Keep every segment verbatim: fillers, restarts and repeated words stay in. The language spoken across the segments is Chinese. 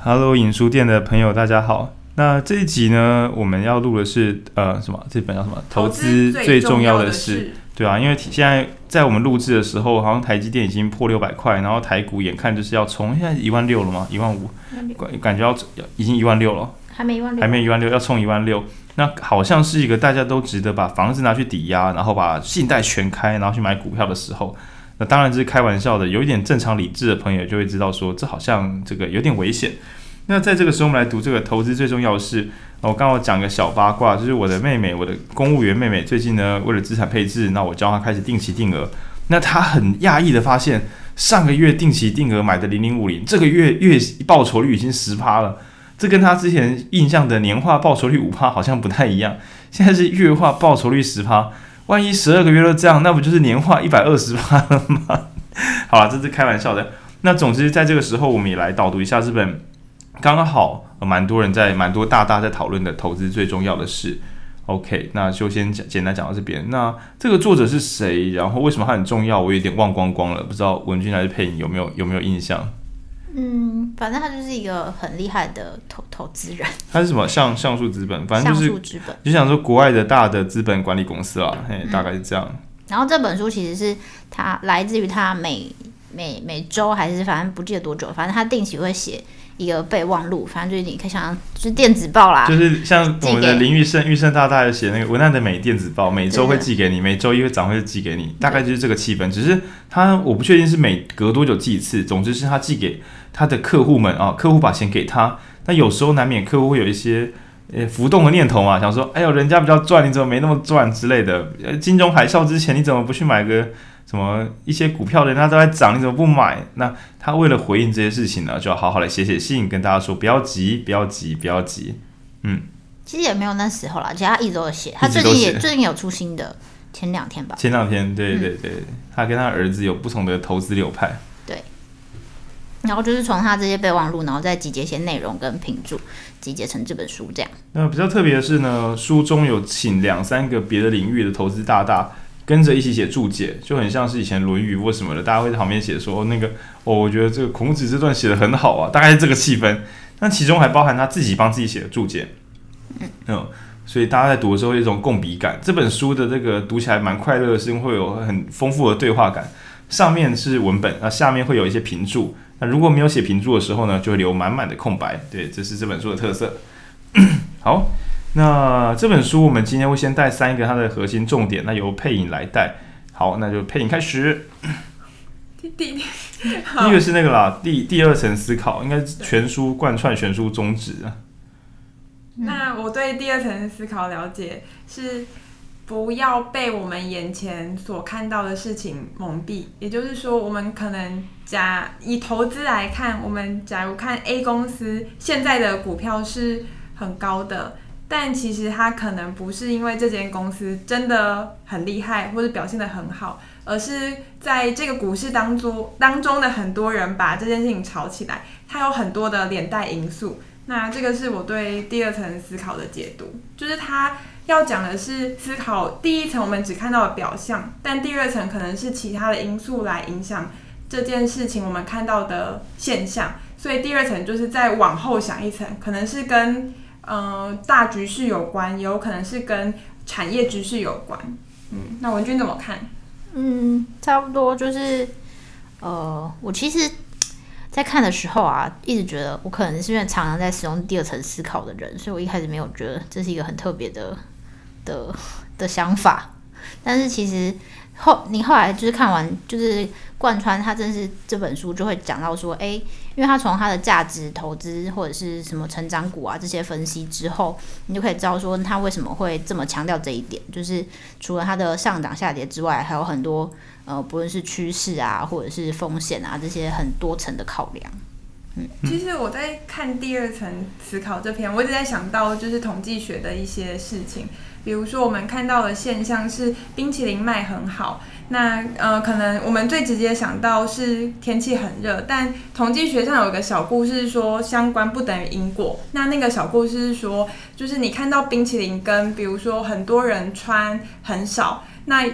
Hello， 影书店的朋友，大家好。那这一集呢，我们要录的是呃什么？这本叫什么？投资最重要的事，对啊，因为现在在我们录制的时候，好像台积电已经破六百块，然后台股眼看就是要冲，现在一万六了吗？一万五，感觉要已经一万六了， 还没一万六， 还没一万六，要冲一万六。那好像是一个大家都值得把房子拿去抵押，然后把信贷全开，然后去买股票的时候。那当然这是开玩笑的，有一点正常理智的朋友就会知道说，这好像这个有点危险。那在这个时候，我们来读这个投资最重要的是，我刚刚讲个小八卦，就是我的妹妹，我的公务员妹妹，最近呢为了资产配置，那我教她开始定期定额。那她很讶异的发现，上个月定期定额买的零零五零，这个月月报酬率已经 百分之十 了。这跟她之前印象的年化报酬率 百分之五 好像不太一样，现在是月化报酬率 百分之十。万一十二个月都这样，那不就是年化 百分之一百二十 了吗？好啦，这是开玩笑的。那总之，在这个时候，我们也来导读一下这本刚刚好蛮多人在蛮多大大在讨论的投资最重要的事。OK， 那就先简单讲到这边。那这个作者是谁？然后为什么他很重要？我有点忘光光了，不知道文君还是佩颖有没有有没有印象？ 嗯，反正他就是一个很厉害的投投资人。 他是什么像像素资本，反正就是就想说国外的大的资本管理公司啦，嘿，大概是这样。 然后这本书其实是他来自于他每每每周还是反正不记得多久，反正他定期会写一个备忘录，反正就是你可以想象就是电子报啦， 就是像我们的林玉胜玉胜大大有写那个文案的美电子报，每周会寄给你，每周一会长会寄给你，大概就是这个气氛。只是他我不确定是每隔多久寄一次，总之是他寄给他的客户们啊，客户把钱给他，那有时候难免客户会有一些呃浮动的念头嘛，想说哎呦人家比较赚，你怎么没那么赚之类的。呃，金融海啸之前你怎么不去买个什么一些股票，人家都在涨，你怎么不买？那他为了回应这些事情呢，就要好好来写写信，跟大家说不要急，不要急，不要急。嗯， 其实也没有那时候啦，其实他一直都有写，他最近也最近有出新的，前两天吧。 前两天，对对对，嗯、他跟他儿子有不同的投资流派。 对。然后就是从他这些备忘录，然后再集结一些内容跟评注，集结成这本书这样。 那比较特别的是呢，书中有请两三个别的领域的投资大大跟着一起写注解，就很像是以前《论语》或什么的，大家会在旁边写说那个哦，我觉得这个孔子这段写得很好啊，大概是这个气氛。那其中还包含他自己帮自己写的注解，嗯，嗯所以大家在读的时候有一种共笔感。这本书的这个读起来蛮快乐的是，会有很丰富的对话感。上面是文本，那下面会有一些评注。那如果没有写评注的时候呢，就会留满满的空白。对，这是这本书的特色。好，那这本书我们今天会先带三个它的核心重点，那由佩颖来带。好，那就佩颖开始。 第第第一个是那个啦，第第二层思考，应该是全书贯穿全书宗旨啊。 那我对第二层思考了解是，不要被我们眼前所看到的事情蒙蔽。也就是说，我们可能假以投资来看，我们假如看 A 公司现在的股票是很高的，但其实它可能不是因为这间公司真的很厉害或者表现得很好，而是在这个股市当中当中的很多人把这件事情炒起来，它有很多的连带因素。那这个是我对第二层思考的解读，就是它要讲的是思考第一层我们只看到的表象，但第二层可能是其他的因素来影响这件事情我们看到的现象，所以第二层就是再往后想一层，可能是跟呃大局势有关，也有可能是跟产业局势有关。嗯，那文君怎么看？ 嗯，差不多就是呃，我其实在看的时候啊，一直觉得我可能是因为常常在使用第二层思考的人，所以我一开始没有觉得这是一个很特别的的的想法。但是其实后你后来就是看完，就是贯穿他真是这本书就会讲到说，哎，因为他从他的价值投资或者是什么成长股啊这些分析之后，你就可以知道说他为什么会这么强调这一点，就是除了他的上涨下跌之外，还有很多呃不论是趋势啊或者是风险啊这些很多层的考量。 嗯，其实我在看第二层思考这篇，我一直在想到就是统计学的一些事情。比如说我们看到的现象是冰淇淋卖很好，那呃可能我们最直接想到是天气很热，但统计学上有一个小故事说相关不等于因果。那那个小故事是说，就是你看到冰淇淋跟比如说很多人穿很少，那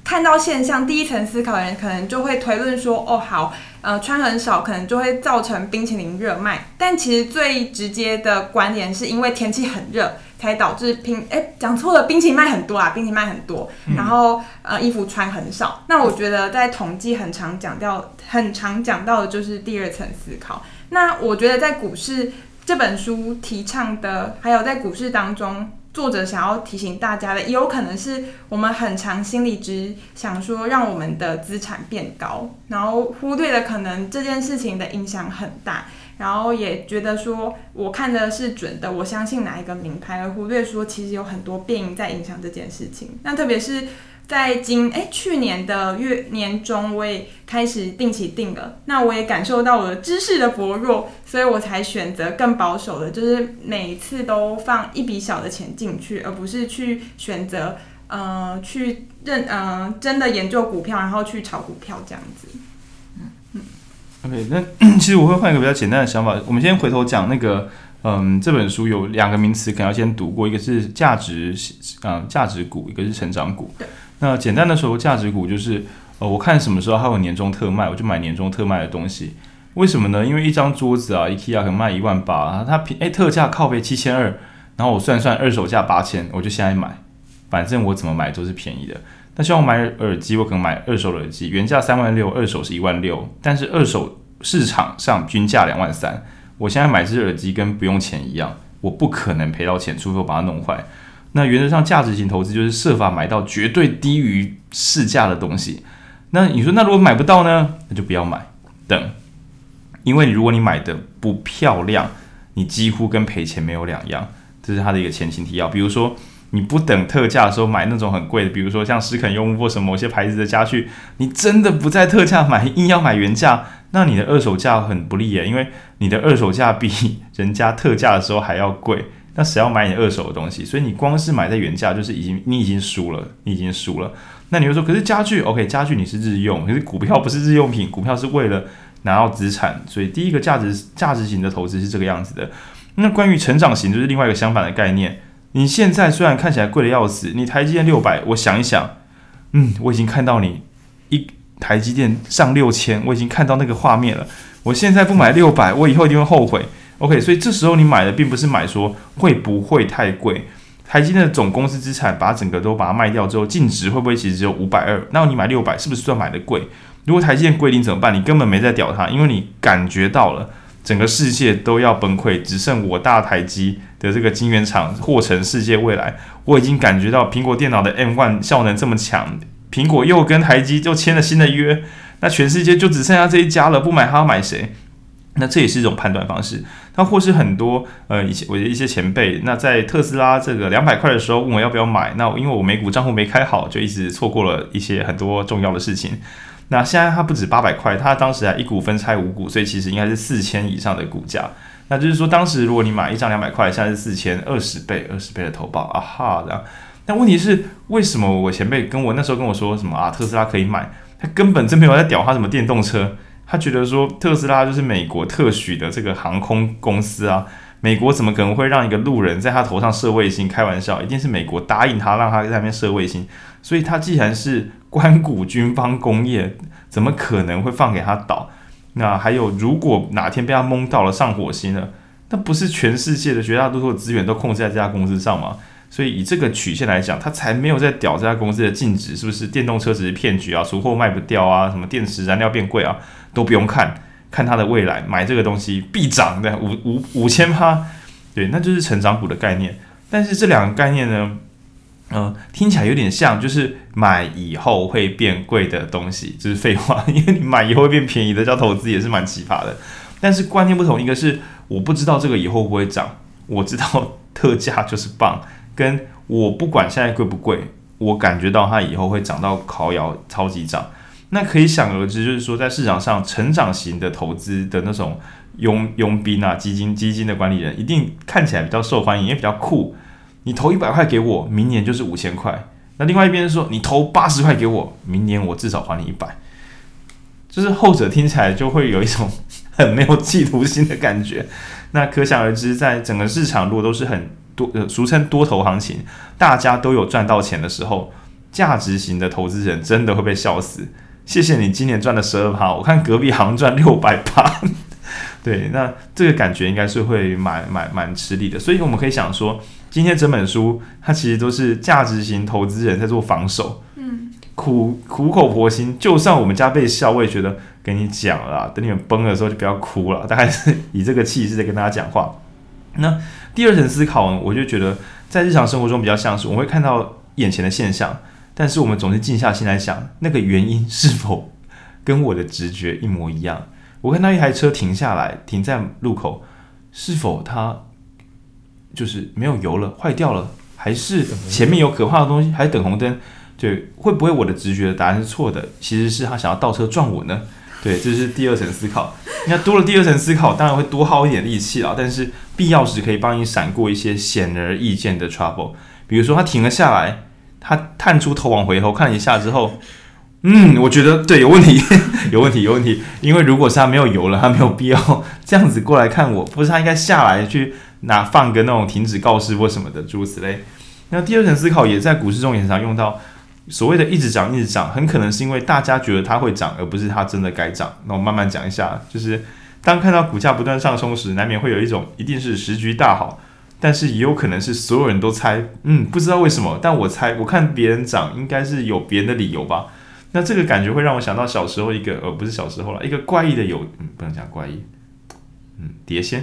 看到现象，第一层思考的人可能就会推论说，哦，好，呃，穿很少可能就会造成冰淇淋热卖。但其实最直接的观点是因为天气很热，才导致冰，哎，讲错了，冰淇淋卖很多啊，冰淇淋卖很多，然后呃，衣服穿很少。那我觉得在统计很常讲到，很常讲到的就是第二层思考。那我觉得在股市这本书提倡的，还有在股市当中，作者想要提醒大家的，也有可能是我们很常心里只想说让我们的资产变高，然后忽略了可能这件事情的影响很大，然后也觉得说我看的是准的，我相信哪一个名牌，而忽略说其实有很多变因在影响这件事情。那特别是在今哎去年的月年中，我也开始定期定了，那我也感受到我的知识的薄弱，所以我才选择更保守的，就是每次都放一笔小的钱进去，而不是去选择呃去认呃真的研究股票，然后去炒股票这样子。 嗯 OK， 那其实我会换一个比较简单的想法，我们先回头讲那个。嗯，这本书有两个名词可能要先读过，一个是价值，嗯，价值股，一个是成长股。那简单的说，价值股就是，呃，我看什么时候它有年终特卖，我就买年终特卖的东西。为什么呢？因为一张桌子啊 ，IKEA 可能卖一万八，它平哎特价靠背七千二，然后我算算二手价八千，我就现在买，反正我怎么买都是便宜的。那像我买耳机，我可能买二手的耳机，原价三万六，二手是一万六，但是二手市场上均价两万三。我现在买这只耳机跟不用钱一样，我不可能赔到钱，除非我把它弄坏。那原则上价值型投资就是设法买到绝对低于市价的东西。那你说那如果买不到呢？那就不要买，等。因为如果你买的不漂亮，你几乎跟赔钱没有两样，这是它的一个前情提要。比如说你不等特价的时候买那种很贵的，比如说像施肯用或什么某些牌子的家具，你真的不在特价买，硬要买原价，那你的二手价很不利耶，因为你的二手价比人家特价的时候还要贵，那谁要买你二手的东西？所以你光是买在原价，就是已经你已经输了，你已经输了。那你会说，可是家具 ，OK， 家具你是日用，可是股票不是日用品，股票是为了拿到资产，所以第一个价值价值型的投资是这个样子的。那关于成长型就是另外一个相反的概念。你现在虽然看起来贵的要死，你台积电六百，我想一想，嗯，我已经看到你一台积电上六千，我已经看到那个画面了。我现在不买六百，我以后一定会后悔。OK， 所以这时候你买的并不是买说会不会太贵，台积电的总公司资产把它整个都把它卖掉之后，净值会不会其实只有五百二十？那你买六百是不是算买的贵？如果台积电归零怎么办？你根本没在屌它，因为你感觉到了整个世界都要崩溃，只剩我大台积的这个晶圆厂或成世界未来。我已经感觉到苹果电脑的 M 一 效能这么强，苹果又跟台积就签了新的约，那全世界就只剩下这一家了，不买它要买谁？那这也是一种判断方式。那或是很多呃以前我的一些前辈，那在特斯拉这个两百块的时候问我要不要买，那因为我美股账户没开好，就一直错过了一些很多重要的事情。那现在它不止八百块，它当时还一股分拆五股，所以其实应该是四千以上的股价。那就是说，当时如果你买一张两百块，现在是四千，二十倍，二十倍的投报，啊哈这样。但问题是，为什么我前辈跟我那时候跟我说什么啊，特斯拉可以买，他根本真没有在屌他什么电动车，他觉得说特斯拉就是美国特许的这个航空公司啊，美国怎么可能会让一个路人在他头上射卫星？开玩笑，一定是美国答应他让他在那边射卫星，所以他既然是关谷军方工业，怎么可能会放给他倒？那还有，如果哪天被他蒙到了上火星了，那不是全世界的绝大多数的资源都控制在这家公司上吗？所以以这个曲线来讲，他才没有在屌这家公司的净值是不是电动车只是骗局啊，出货卖不掉啊，什么电池燃料变贵啊，都不用看，看它的未来，买这个东西必涨的五五五千趴，对，那就是成长股的概念。但是这两个概念呢？嗯，听起来有点像，就是买以后会变贵的东西，这、就是废话，因为你买以后会变便宜的叫投资也是蛮奇葩的。但是观念不同，一个是我不知道这个以后会不会涨，我知道特价就是棒，跟我不管现在贵不贵，我感觉到它以后会涨到靠摇超级涨。那可以想而知，就是说在市场上成长型的投资的那种佣佣兵啊，基金基金的管理人，一定看起来比较受欢迎，也比较酷。你投一百块给我，明年就是五千块。那另外一边是说，你投八十块给我，明年我至少还你一百。就是后者听起来就会有一种很没有企图心的感觉。那可想而知，在整个市场如果都是很多呃俗称多头行情，大家都有赚到钱的时候， 价值型的投资人真的会被笑死。谢谢你今年赚了 百分之十二， 我看隔壁好像赚 百分之六百。对，那这个感觉应该是会蛮蛮蛮吃力的。所以我们可以想说，今天整本书它其实都是价值型投资人在做防守。嗯，苦苦口婆心，就算我们家被笑，我也觉得跟你讲了啦，等你们崩的时候就不要哭了，大概是以这个气势在跟大家讲话。那第二层思考呢，我就觉得在日常生活中比较像是我们会看到眼前的现象，但是我们总是静下心来想，那个原因是否跟我的直觉一模一样？我看到一台车停下来，停在路口，是否它就是没有油了，坏掉了，还是前面有可怕的东西，还是等红灯？对，会不会我的直觉的答案是错的？其实是他想要倒车撞我呢？对，这是第二层思考。那多了第二层思考，当然会多耗一点力气啦，但是必要时可以帮你闪过一些显而易见的 trouble。比如说他停了下来，他探出头往回头看了一下之后，嗯，我觉得对，有问题，有问题，有问题。因为如果是他没有油了，他没有必要这样子过来看我，不是他应该下来去拿放个那种停止告示或什么的，诸如此类。那第二层思考也在股市中也常用到。所谓的一直涨一直涨，很可能是因为大家觉得它会涨，而不是它真的该涨。那我慢慢讲一下，就是当看到股价不断上冲时，难免会有一种一定是时局大好，但是也有可能是所有人都猜，嗯，不知道为什么，但我猜我看别人涨，应该是有别人的理由吧。那这个感觉会让我想到小时候一个，呃，不是小时候啦，一个怪异的有，嗯，不能讲怪异，嗯，碟仙。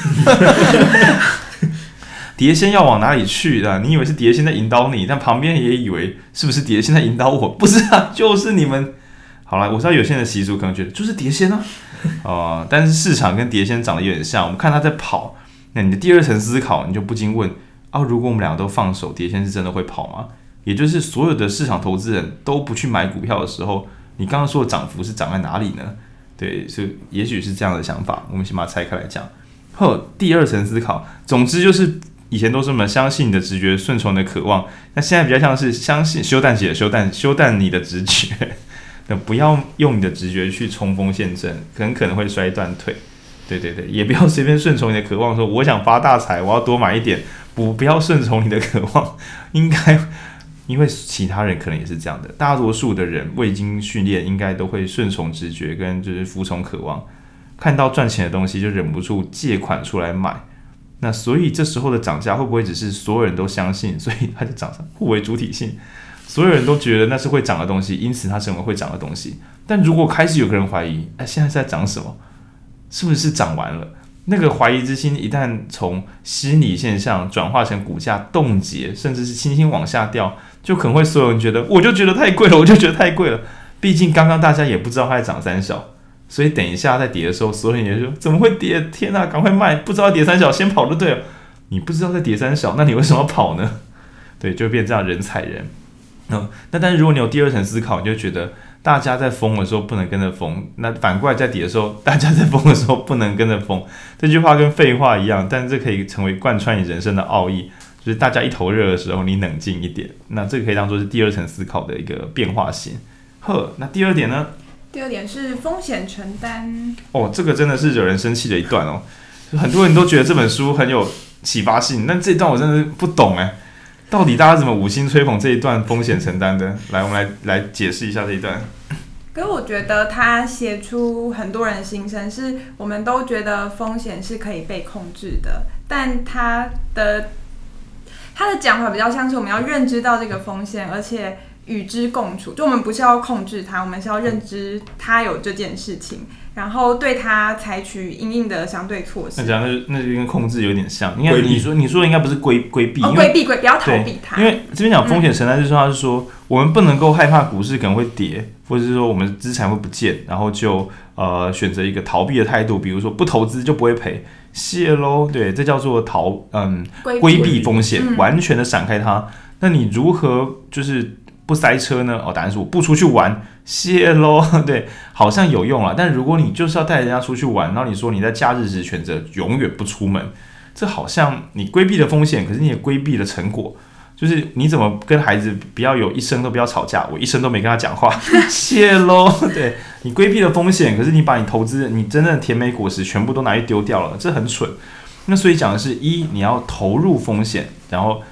碟仙要往哪里去啊？你以为是碟仙在引导你，但旁边也以为是不是碟仙在引导我？不是啊，就是你们。好了，我知道有些人的习俗可能觉得就是碟仙啊，呃，但是市场跟碟仙长得有点像。我们看他在跑，那你的第二层思考，你就不禁问啊：如果我们两个都放手，碟仙是真的会跑吗？也就是所有的市场投资人都不去买股票的时候，你刚刚说的涨幅是涨在哪里呢？对，所以也许是这样的想法。我们先把它拆开来讲。后第二层思考，总之就是。以前都是我们相信你的直觉，顺从你的渴望。那现在比较像是相信修蛋姐的修蛋，修蛋你的直觉。那不要用你的直觉去冲锋陷阵，很可能会摔断腿。对对对，也不要随便顺从你的渴望，说我想发大财，我要多买一点。不，不要顺从你的渴望，应该因为其他人可能也是这样的。大多数的人未经训练，应该都会顺从直觉，跟就是服从渴望。看到赚钱的东西，就忍不住借款出来买。那所以这时候的涨价会不会只是所有人都相信，所以它就涨上互为主体性，所有人都觉得那是会涨的东西，因此它成为会涨的东西。但如果开始有个人怀疑，哎，现在是在涨什么？是不是涨完了？那个怀疑之心一旦从心理现象转化成股价冻结，甚至是轻轻往下掉，就可能会所有人觉得，我就觉得太贵了，我就觉得太贵了。毕竟刚刚大家也不知道它在涨三小。所以等一下在跌的时候，所有人也说怎么会跌？天啊，赶快卖！不知道跌三小，先跑就对了。你不知道在跌三小，那你为什么要跑呢？对，就变这样人踩人。嗯，那但是如果你有第二层思考，你就觉得大家在疯的时候不能跟着疯，那反过来在跌的时候，大家在疯的时候不能跟着疯。这句话跟废话一样，但这可以成为贯穿你人生的奥义，就是大家一头热的时候，你冷静一点。那这个可以当做是第二层思考的一个变化型。呵，那第二点呢？ 第二点是风险承担。 哦，这个真的是惹人生气的一段哦。很多人都觉得这本书很有启发性，但这一段我真的不懂哎，到底大家怎么五星吹捧这一段风险承担的？来，我们来来解释一下这一段。 可是我觉得他写出很多人的心声，是我们都觉得风险是可以被控制的，但他的他的讲法比较像是我们要认知到这个风险，而且与之共处，就我们不是要控制它，我们是要认知它有这件事情，然后对它采取因应的相对措施。 那讲那那就跟控制有点像，应该你说你说的应该不是规规避， 哦，规避规不要逃避它。 因为这边讲风险承担，就是说他是说、嗯、我们不能够害怕股市可能会跌，或者是说我们资产会不见，然后就呃选择一个逃避的态度，比如说不投资就不会赔，谢喽，对，这叫做逃嗯规避风险、嗯，完全的闪开它。那你如何就是不塞车呢？哦，答案是我不出去玩，谢咯。对，好像有用啦。但如果你就是要带人家出去玩，然后你说你在假日时选择永远不出门，这好像你规避了风险，可是你也规避了成果。就是你怎么跟孩子不要有一生都不要吵架，我一生都没跟他讲话，谢咯。对，你规避了风险，可是你把你投资你真正的甜美果实全部都拿去丢掉了，这很蠢。那所以讲的是一，你要投入风险，然后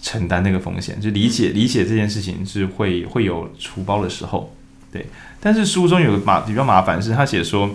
承担那个风险，就理解理解这件事情是会会有出包的时候，对。但是书中有个麻比较麻烦是，他写说，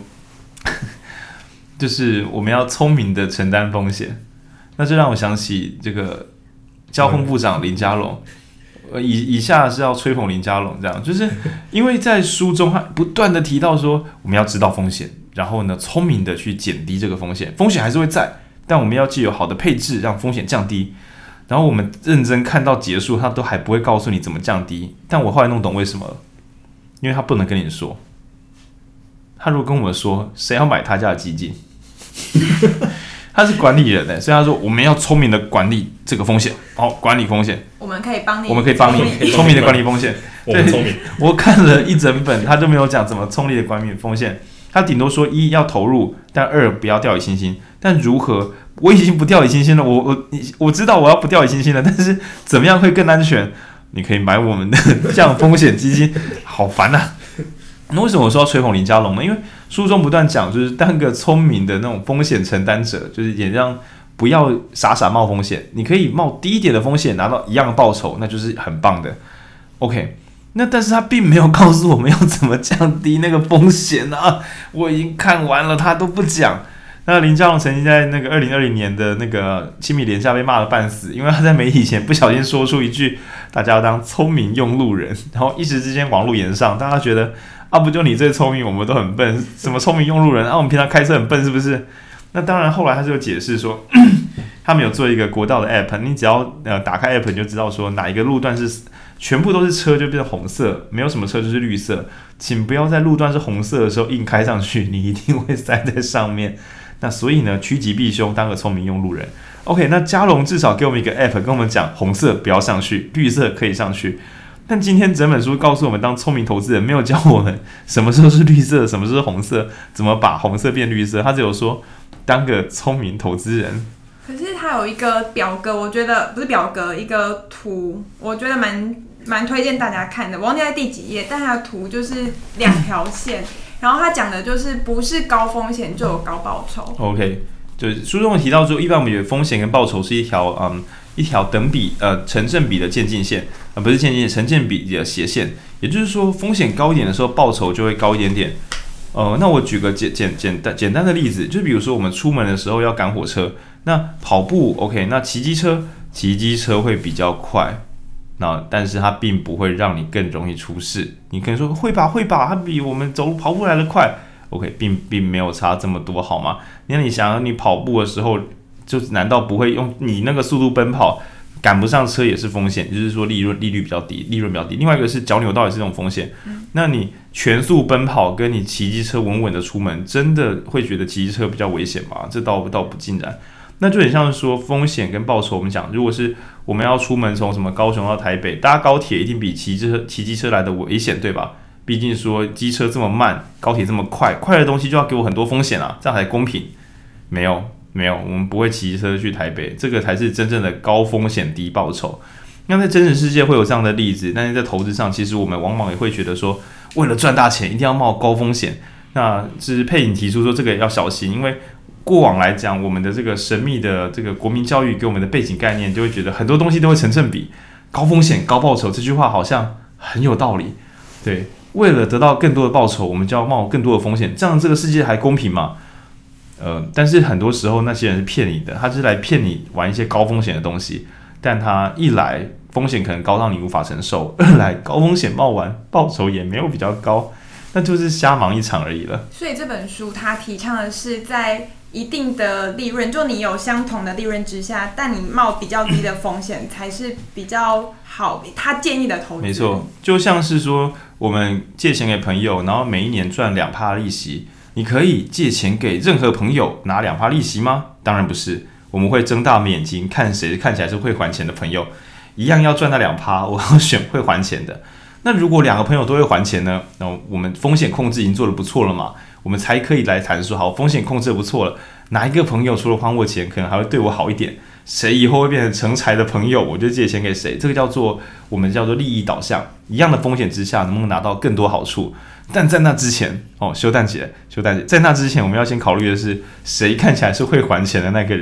就是我们要聪明的承担风险，那这让我想起这个交通部长林佳龙。呃，以以下是要吹捧林佳龙，这样就是因为在书中他不断的提到说，我们要知道风险，然后呢，聪明的去减低这个风险，风险还是会在，但我们要既有好的配置，让风险降低。然后我们认真看到结束，他都还不会告诉你怎么降低。但我后来弄懂为什么了，因为他不能跟你说。他如果跟我们说，谁要买他家的基金？他是管理人呢，所以他说我们要聪明的管理这个风险，好、哦，管理风险。 我们可以帮你， 我们可以帮你聪明的管理风险。 我们聪明。 我看了一整本，他就没有讲怎么聪明的管理风险。他顶多说一要投入，但二不要掉以轻心。但如何？我已经不掉以轻心了，我我我知道我要不掉以轻心了，但是怎么样会更安全？你可以买我们的这样风险基金，好烦啊！那为什么我说要吹捧林佳龙呢？因为书中不断讲，就是当个聪明的那种风险承担者，就是也让不要傻傻冒风险，你可以冒低一点的风险拿到一样的报酬，那就是很棒的。OK， 那但是他并没有告诉我们要怎么降低那个风险啊！我已经看完了，他都不讲。那林佳龙曾经在那个二零二零年的那个亲密连假被骂了半死，因为他在媒体前不小心说出一句“大家要当聪明用路人”，然后一时之间网络炎上，大家觉得啊，不就你最聪明，我们都很笨，什么聪明用路人啊？我们平常开车很笨，是不是？那当然，后来他就解释说，他们有做一个国道的 app， 你只要呃打开 app 你就知道说哪一个路段是全部都是车就变成红色，没有什么车就是绿色，请不要在路段是红色的时候硬开上去，你一定会塞在上面。那所以呢，趋吉避凶，当个聪明用路人。OK， 那佳龙至少给我们一个 app， 跟我们讲红色不要上去，绿色可以上去。但今天整本书告诉我们，当聪明投资人，没有教我们什么时候是绿色，什么时候是红色，怎么把红色变绿色。他只有说，当个聪明投资人。 可是他有一个表格，我觉得不是表格，一个图，我觉得蛮蛮推荐大家看的。我忘记在第几页，但它的图就是两条线。然后他讲的就是不是高风险就有高报酬。OK， 就是书中提到说，一般我们以为风险跟报酬是一条嗯一条等比呃成正比的渐进线，呃不是渐进线，成正比的斜线。也就是说，风险高一点的时候，报酬就会高一点点。呃，那我举个简简简单简单的例子，就比如说我们出门的时候要赶火车，那跑步 OK， 那骑机车骑机车会比较快。那但是它并不会让你更容易出事。你可能说会吧会吧，它比我们走路跑步来的快。OK， 并并没有差这么多，好吗？那你想，你跑步的时候，就难道不会用你那个速度奔跑，赶不上车也是风险，就是说利润利率比较低，利润比较低。另外一个是脚扭到也是这种风险。嗯、那你全速奔跑跟你骑机车稳稳的出门，真的会觉得骑机车比较危险吗？这倒倒不尽然。那就很像是说风险跟报酬，我们讲，如果是我们要出门从什么高雄到台北，搭高铁一定比骑车骑机车来的危险，对吧？毕竟说机车这么慢，高铁这么快，快的东西就要给我很多风险啊，这样才公平。没有没有，我们不会骑车去台北，这个才是真正的高风险低报酬。那在真实世界会有这样的例子，但是在投资上，其实我们往往也会觉得说，为了赚大钱，一定要冒高风险。那是佩颖提出说，这个也要小心，因为过往来讲，我们的这个神秘的这个国民教育给我们的背景概念，就会觉得很多东西都会成正比，高风险高报酬这句话好像很有道理。对，为了得到更多的报酬，我们就要冒更多的风险，这样这个世界还公平吗？呃，但是很多时候那些人是骗你的，他是来骗你玩一些高风险的东西，但他一来风险可能高到你无法承受，二来高风险冒完报酬也没有比较高，那就是瞎忙一场而已了。 所以这本书它提倡的是在一定的利润，就你有相同的利润之下，但你冒比较低的风险才是比较好，他建议的投资。 没错，就像是说我们借钱给朋友，然后每一年赚 百分之二 利息，你可以借钱给任何朋友拿 百分之二 利息吗？当然不是，我们会睁大眼睛看谁看起来是会还钱的朋友，一样要赚那 百分之二， 我要选会还钱的。那如果两个朋友都会还钱呢？那我们风险控制已经做得不错了嘛，我们才可以来谈说，好，风险控制得不错了，哪一个朋友除了还我钱，可能还会对我好一点？谁以后会变成成才的朋友，我就借钱给谁。这个叫做我们叫做利益导向。一样的风险之下，能不能拿到更多好处？但在那之前，哦，修蛋姐，修蛋姐，在那之前，我们要先考虑的是谁看起来是会还钱的那个人。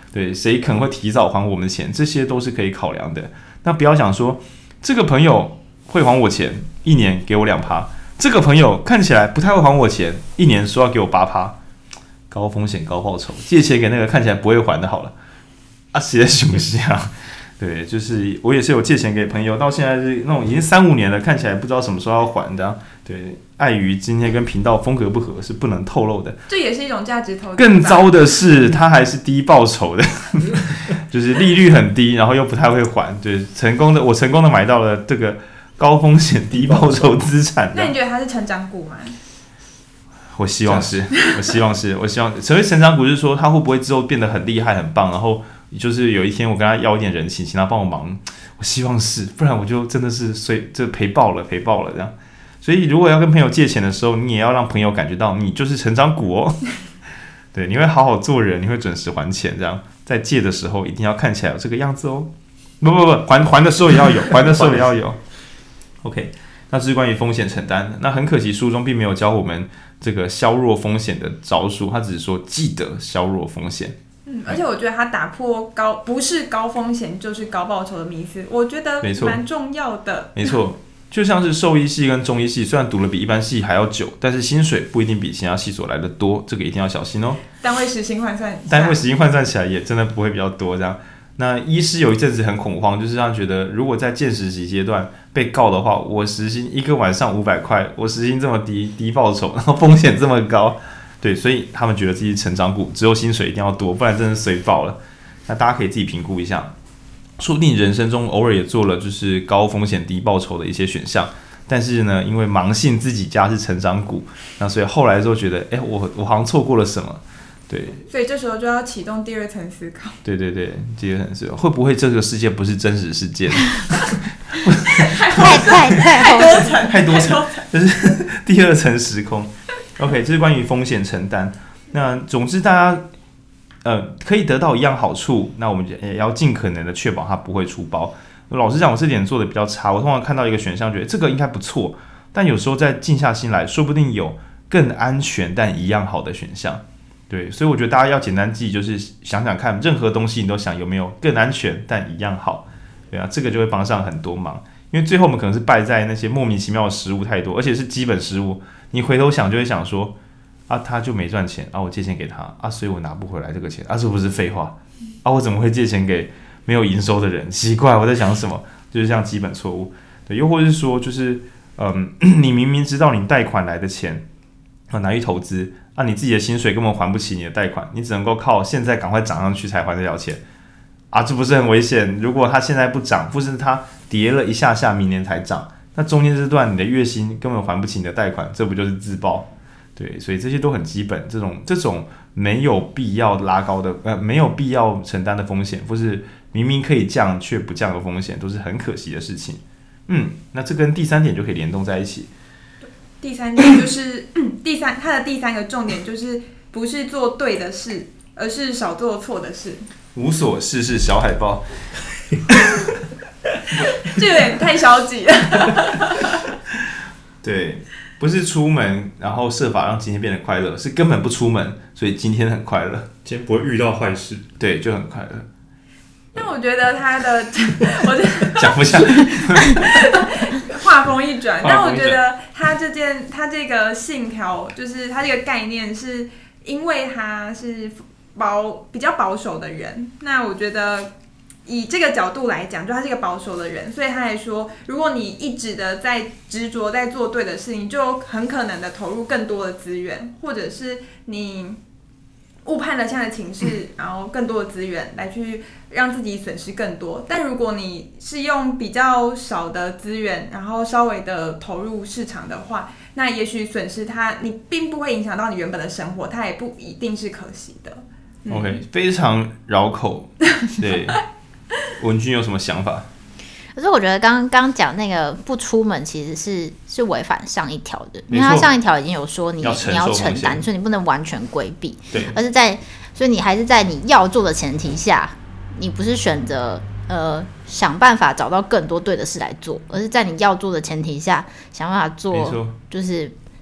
对，谁可能会提早还我们钱，这些都是可以考量的。那不要想说这个朋友会还我钱，一年给我两趴，这个朋友看起来不太会还我钱，一年说要给我八趴，高风险高报酬，借钱给那个看起来不会还的好了，啊，谁在想啊？对，就是我也是有借钱给朋友，到现在是那种已经三五年了，看起来不知道什么时候要还的、啊。对，碍于今天跟频道风格不合，是不能透露的。 这也是一种价值投资。 更糟的是，他还是低报酬的，就是利率很低，然后又不太会还。对，成功的我成功的买到了这个高风险低报酬资产。 那你觉得它是成长股吗？ 我希望是，我希望是，我希望所谓成长股是说，他会不会之后变得很厉害、很棒，然后就是有一天我跟他要一点人情，请他帮我忙。我希望是，不然我就真的是随这赔爆了，赔爆了这样。所以如果要跟朋友借钱的时候，你也要让朋友感觉到你就是成长股哦。对，你会好好做人，你会准时还钱，这样在借的时候一定要看起来有这个样子哦。不不不，还还的时候也要有，还的时候也要有。OK， 那这是关于风险承担的。那很可惜，书中并没有教我们这个削弱风险的招数，他只是说记得削弱风险。 嗯，而且我觉得他打破高不是高风险就是高报酬的迷思，我觉得蛮重要的。 没错。就像是兽医系跟中医系，虽然读了比一般系还要久，但是薪水不一定比其他系所来的多，这个一定要小心哦。 单位时薪换算， 单位时薪换算起来也真的不会比较多这样。那医师有一阵子很恐慌，就是让觉得如果在见实习阶段被告的话，我时薪一个晚上五百块，我时薪这么低，低报酬，然后风险这么高，对，所以他们觉得自己成长股，只有薪水一定要多，不然真的衰爆了。那大家可以自己评估一下。说不定人生中偶尔也做了就是高风险低报酬的一些选项，但是呢，因为盲信自己家是成长股，那所以后来就觉得，哎，我我好像错过了什么，对。 所以这时候就要启动第二层思考。 对对对，第二层思考，会不会这个世界不是真实世界？ 太太太多层， 太多层，就是第二层时空。OK， 这是关于风险承担。那总之大家。呃，可以得到一样好处，那我们也要尽可能的确保它不会出包。老实讲，我这点做的比较差。我通常看到一个选项，觉得这个应该不错，但有时候再静下心来，说不定有更安全但一样好的选项。对，所以我觉得大家要简单记，就是想想看，任何东西你都想有没有更安全但一样好。对啊，这个就会帮上很多忙。因为最后我们可能是败在那些莫名其妙的失误太多，而且是基本失误。你回头想就会想说。啊，他就没赚钱啊，我借钱给他啊，所以我拿不回来这个钱啊，这不是废话啊？我怎么会借钱给没有营收的人？奇怪，我在想什么？就是这样基本错误。对，又或是说，就是嗯，你明明知道你贷款来的钱啊拿去投资啊，你自己的薪水根本还不起你的贷款，你只能够靠现在赶快涨上去才还得了钱啊，这不是很危险？如果它现在不涨，或是它跌了一下下，明年才涨，那中间这段你的月薪根本还不起你的贷款，这不就是自爆？对，所以这些都很基本，这种这种没有必要拉高的，呃，没有必要承担的风险，或是明明可以降却不降的风险，都是很可惜的事情。嗯，那这跟第三点就可以联动在一起。 第三点就是第三，它的第三个重点就是不是做对的事，而是少做错的事。 无所事事小海豹， 这有点太消极了。 对。不是出门，然后设法让今天变得快乐，是根本不出门，所以今天很快乐， 今天不会遇到坏事， 对，就很快乐。 那我觉得他的，我觉得讲不下， 话锋一转，但我觉得他这件，他这个信条，就是他这个概念，是因为他是保比较保守的人，那我觉得。以这个角度来讲，就他是一个保守的人，所以他还说，如果你一直的在执着在做对的事情，就很可能的投入更多的资源，或者是你误判了现在的情势，然后更多的资源来去让自己损失更多。但如果你是用比较少的资源，然后稍微的投入市场的话，那也许损失它，你并不会影响到你原本的生活，它也不一定是可惜的。 嗯、OK， 非常绕口，对。文君有什么想法？ 可是我觉得刚刚讲那个不出门其实是是违反上一条的，因为他上一条已经有说你要你要承担，所以你不能完全规避， 对， 而是在所以你还是在你要做的前提下，你不是选择呃想办法找到更多对的事来做，而是在你要做的前提下想办法做，就是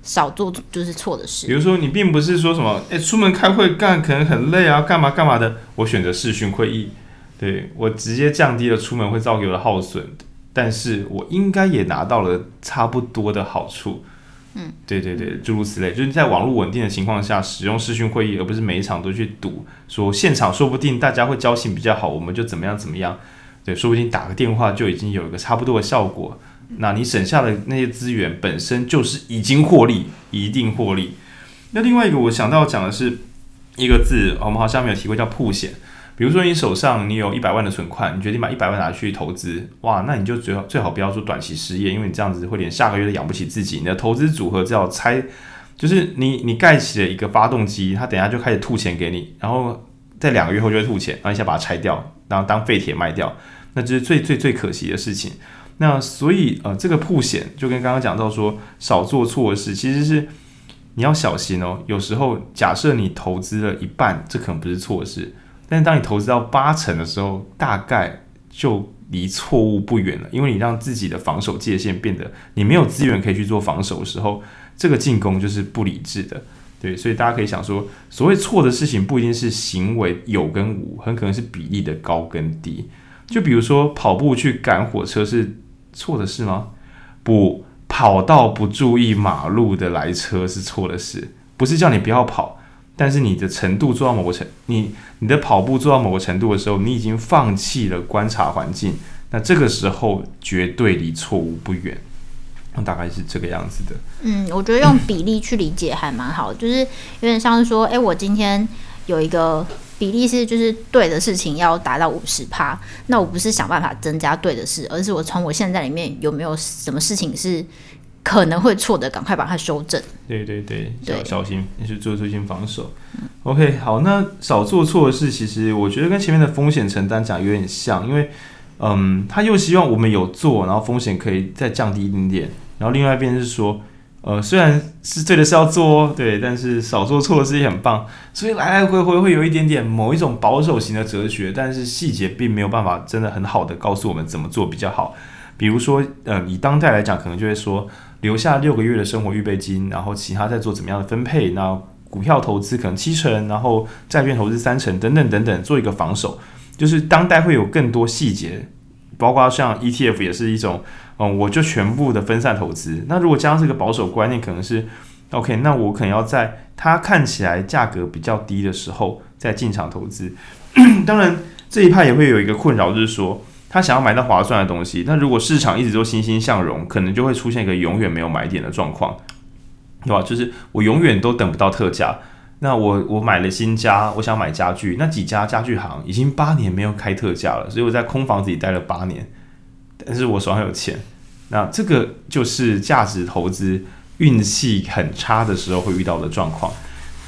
少做就是错的事。 比如说，你并不是说什么，哎，出门开会干可能很累啊，干嘛干嘛的，我选择视讯会议，对我直接降低了出门会造给我的耗损，但是我应该也拿到了差不多的好处。嗯，对对对，诸如此类，就是在网络稳定的情况下使用视讯会议，而不是每一场都去赌，说现场说不定大家会交情比较好，我们就怎么样怎么样，对，说不定打个电话就已经有一个差不多的效果。那你省下的那些资源本身就是已经获利，一定获利。那另外一个我想到讲的是一个字，我们好像没有提过，叫曝险。比如说你手上你有一百万的存款，你决定把一百万拿去投资，哇，那你就最好最好不要说短期失业，因为你这样子会连下个月都养不起自己。你的投资组合只要拆，就是你你盖起了一个发动机，它等一下就开始吐钱给你，然后在两个月后就会吐钱，然后你先把它拆掉，然后当废铁卖掉，那就是最最最可惜的事情。那所以呃，这个曝险就跟刚刚讲到说少做错事，其实是你要小心哦。有时候假设你投资了一半，这可能不是错事。但是当你投资到八成的时候，大概就离错误不远了，因为你让自己的防守界限变得，你没有资源可以去做防守的时候，这个进攻就是不理智的。对，所以大家可以想说，所谓错的事情不一定是行为有跟无，很可能是比例的高跟低。就比如说跑步去赶火车是错的事吗？不，跑到不注意马路的来车是错的事，不是叫你不要跑。但是你的程度做到某个程，你你的跑步做到某个程度的时候，你已经放弃了观察环境，那这个时候绝对离错误不远，大概是这个样子的。 嗯，我觉得用比例去理解还蛮好，就是有点像是说，哎，我今天有一个比例是就是对的事情要达到 百分之五十， 那我不是想办法增加对的事，而是我从我现在里面有没有什么事情是可能会错的，赶快把它修正。 对对对，小小心，也是做出心防守。嗯、OK， 好，那少做错的事，其实我觉得跟前面的风险承担讲有点像，因为嗯，他又希望我们有做，然后风险可以再降低一点点。然后另外一边是说，呃，虽然是对的是要做哦，对，但是少做错的事也很棒。所以来来回回会有一点点某一种保守型的哲学，但是细节并没有办法真的很好的告诉我们怎么做比较好。比如说，呃，以当代来讲，可能就会说留下六个月的生活预备金，然后其他再做怎么样的分配。那股票投资可能七成，然后债券投资三成，等等等等，做一个防守。就是当代会有更多细节，包括像 E T F 也是一种，嗯，我就全部的分散投资。那如果加上这个保守观念，可能是 OK， 那我可能要在它看起来价格比较低的时候再进场投资。当然，这一派也会有一个困扰，就是说，他想要买到划算的东西，那如果市场一直都欣欣向荣，可能就会出现一个永远没有买点的状况，对吧？就是我永远都等不到特价。那我我买了新家，我想买家具，那几家家具行已经八年没有开特价了，所以我在空房子里待了八年，但是我手上有钱，那这个就是价值投资运气很差的时候会遇到的状况。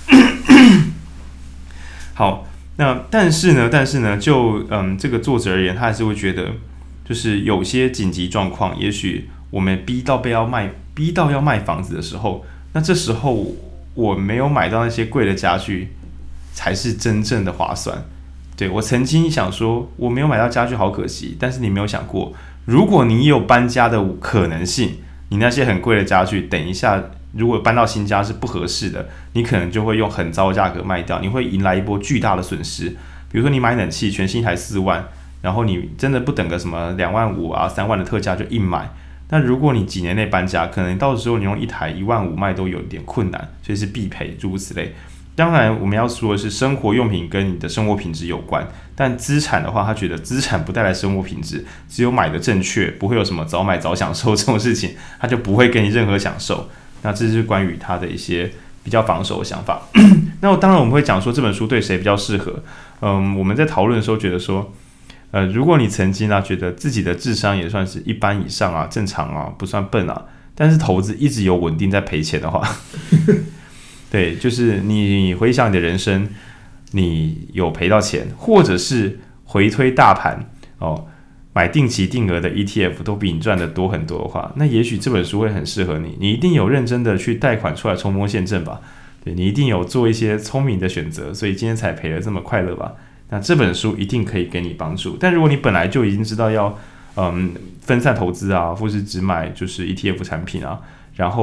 好。那但是呢，但是呢，就嗯这个作者而言，他还是会觉得，就是有些紧急状况，也许我们逼到被要卖，逼到要卖房子的时候，那这时候我没有买到那些贵的家具，才是真正的划算。对，我曾经想说，我没有买到家具，好可惜。但是你没有想过，如果你有搬家的可能性，你那些很贵的家具，等一下。如果搬到新家是不合适的，你可能就会用很糟的价格卖掉，你会迎来一波巨大的损失。比如说你买冷气全新一台四万，然后你真的不等个什么两万五啊三万的特价就硬买，那如果你几年内搬家，可能到时候你用一台一万五卖都有点困难，所以是必赔，诸如此类。当然我们要说的是生活用品跟你的生活品质有关，但资产的话，他觉得资产不带来生活品质，只有买的正确，不会有什么早买早享受这种事情，他就不会给你任何享受。那这是关于他的一些比较防守的想法。那当然我们会讲说这本书对谁比较适合。嗯，我们在讨论的时候觉得说，呃，如果你曾经啊觉得自己的智商也算是一般以上啊，正常啊，不算笨啊，但是投资一直有稳定在赔钱的话，对，就是你回想你的人生，你有赔到钱，或者是回推大盘哦。买定期定额的 E T F 都比你赚的多很多的话，那也许这本书会很适合你。你一定有认真的去贷款出来冲锋陷阵吧？对，你一定有做一些聪明的选择，所以今天才赔了这么快乐吧？那这本书一定可以给你帮助。但如果你本来就已经知道要嗯分散投资啊，或是只买就是 E T F 产品啊，然后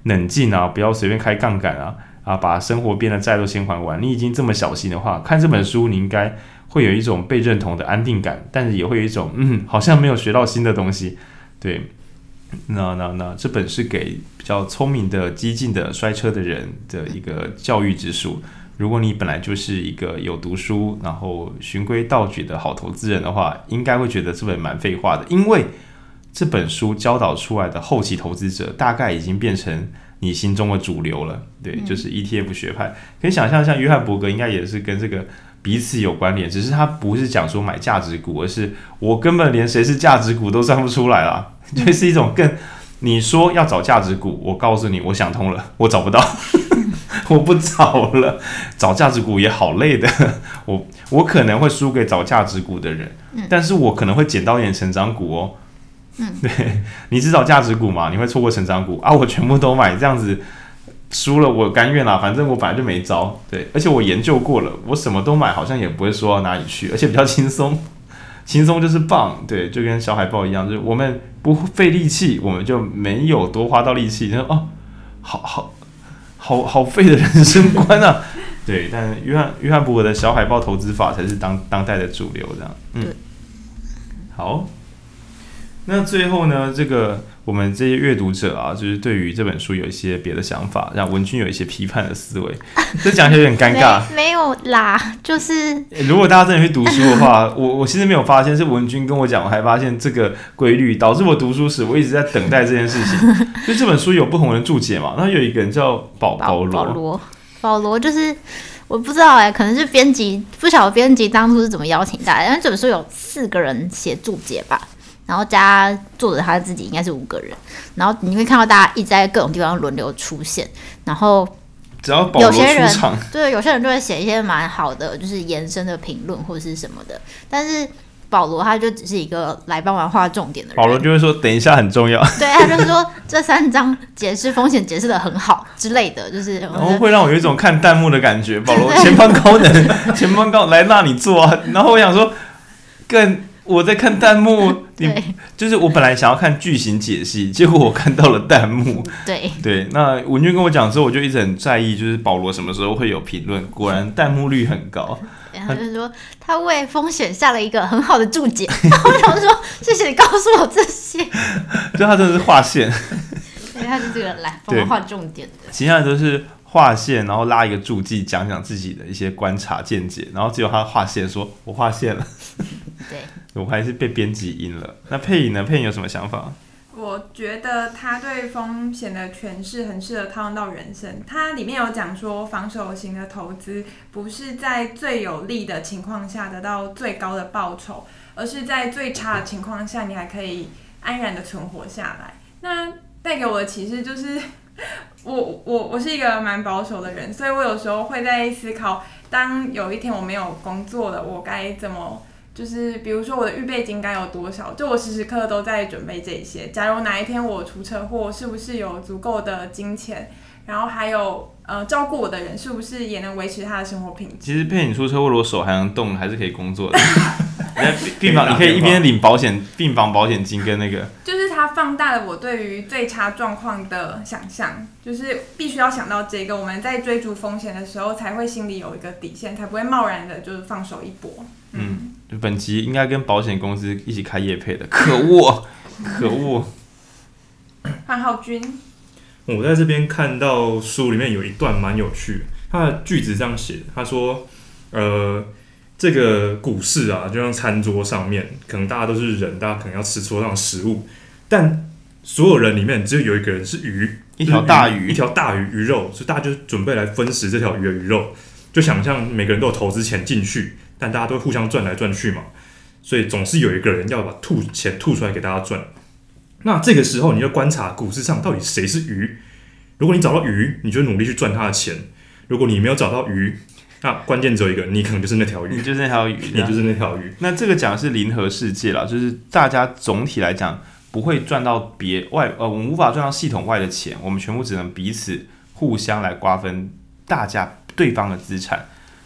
冷静啊，不要随便开杠杆啊，啊，把生活边的债都先还完。你已经这么小心的话，看这本书你应该会有一种被认同的安定感，但是也会有一种嗯，好像没有学到新的东西。对，那那那这本是给比较聪明的、激进的、摔车的人的一个教育之书。如果你本来就是一个有读书，然后循规蹈矩的好投资人的话，应该会觉得这本蛮废话的，因为这本书教导出来的后期投资者大概已经变成你心中的主流了。对，就是 E T F 学派。可以想象，像约翰伯格应该也是跟这个彼此有关联，只是他不是讲说买价值股，而是我根本连谁是价值股都算不出来啦，就是一种更你说要找价值股，我告诉你，我想通了，我找不到。我不找了，找价值股也好累的。我我可能会输给找价值股的人，嗯、但是我可能会捡到一点成长股哦。嗯，对，你只找价值股嘛，你会错过成长股啊。我全部都买，这样子输了我甘愿啦，反正我本来就没招。对，而且我研究过了，我什么都买，好像也不会说到哪里去，而且比较轻松，轻松就是棒。对，就跟小海豹一样，就是我们不费力气，我们就没有多花到力气。就哦，好好。好好废的人生观啊！对，但约翰约翰伯格的小海豹投资法才是当当代的主流，这样。嗯，好。那最后呢，这个我们这些阅读者啊，就是对于这本书有一些别的想法，让文君有一些批判的思维，这讲起来有点尴尬。 没, 没有啦，就是、欸、 如果大家真的去读书的话，我我其实没有发现，是文君跟我讲，我还发现这个规律，导致我读书时我一直在等待这件事情。就这本书有不同人注解嘛，那有一个人叫保保罗， 保罗，保罗就是我不知道哎、欸，可能是编辑不晓得编辑当初是怎么邀请大家，因为这本书有四个人写注解吧。然后加作者他自己应该是五个人，然后你会看到大家一直在各种地方轮流出现，然后只要保罗出场， 对，有些人就会写一些蛮好的，就是延伸的评论或者是什么的，但是保罗他就只是一个来帮忙画重点的人， 保罗就会说等一下很重要， 对，他就是说这三章解释风险解释的很好之类的，就是然后会让我有一种看弹幕的感觉，保罗前方高能，前方高来那你做啊，然后我想说更。我在看弹幕，你就是我本来想要看剧情解析，结果我看到了弹幕。 对对，那文君跟我讲之后，我就一直很在意，就是保罗什么时候会有评论。果然弹幕率很高。 然后就是说他为风险下了一个很好的注解，我想说谢谢你告诉我这些。 就他真的是划线， 对，他是这个来帮我画重点的。 其他人都是划线，然后拉一个注记，讲讲自己的一些观察见解，然后只有他划线说，我划线了。 对。 我还是被编辑阴了。那佩颖呢？佩颖有什么想法？ 我觉得他对风险的诠释很适合套用到人生。他里面有讲说，防守型的投资不是在最有利的情况下得到最高的报酬，而是在最差的情况下，你还可以安然的存活下来。那带给我的启示就是，我我我是一个蛮保守的人，所以我有时候会在思考，当有一天我没有工作了，我该怎么。就是比如说我的预备金该有多少，就我时时刻刻都在准备这些。假如哪一天我出车祸，是不是有足够的金钱？然后还有呃照顾我的人，是不是也能维持他的生活品质？ 其实佩颖出车祸，如果手还能动，还是可以工作的。病房你可以一边领保险、病房保险金跟那个。 就是它放大了我对于最差状况的想象，就是必须要想到这个，我们在追逐风险的时候，才会心里有一个底线，才不会贸然的就是放手一搏。 嗯，就本集应该跟保险公司一起开业配的，可恶，可恶。 范浩君， 我在这边看到书里面有一段蛮有趣的，他的句子这样写，他说，呃，这个股市啊，就像餐桌上面，可能大家都是人，大家可能要吃桌上的食物，但所有人里面只有有一个人是鱼， 一条大鱼， 一条大鱼鱼肉，所以大家就准备来分食这条鱼的鱼肉，就想象每个人都有投资钱进去。但大家都会互相赚来赚去嘛，所以总是有一个人要把吐钱吐出来给大家赚。那这个时候你就观察股市上到底谁是鱼。如果你找到鱼，你就努力去赚他的钱；如果你没有找到鱼，那关键只有一个，你可能就是那条鱼， 你就是那条鱼， 你就是那条鱼。 那这个讲的是零和世界啦，就是大家总体来讲不会赚到别外呃，我们无法赚到系统外的钱，我们全部只能彼此互相来瓜分大家对方的资产。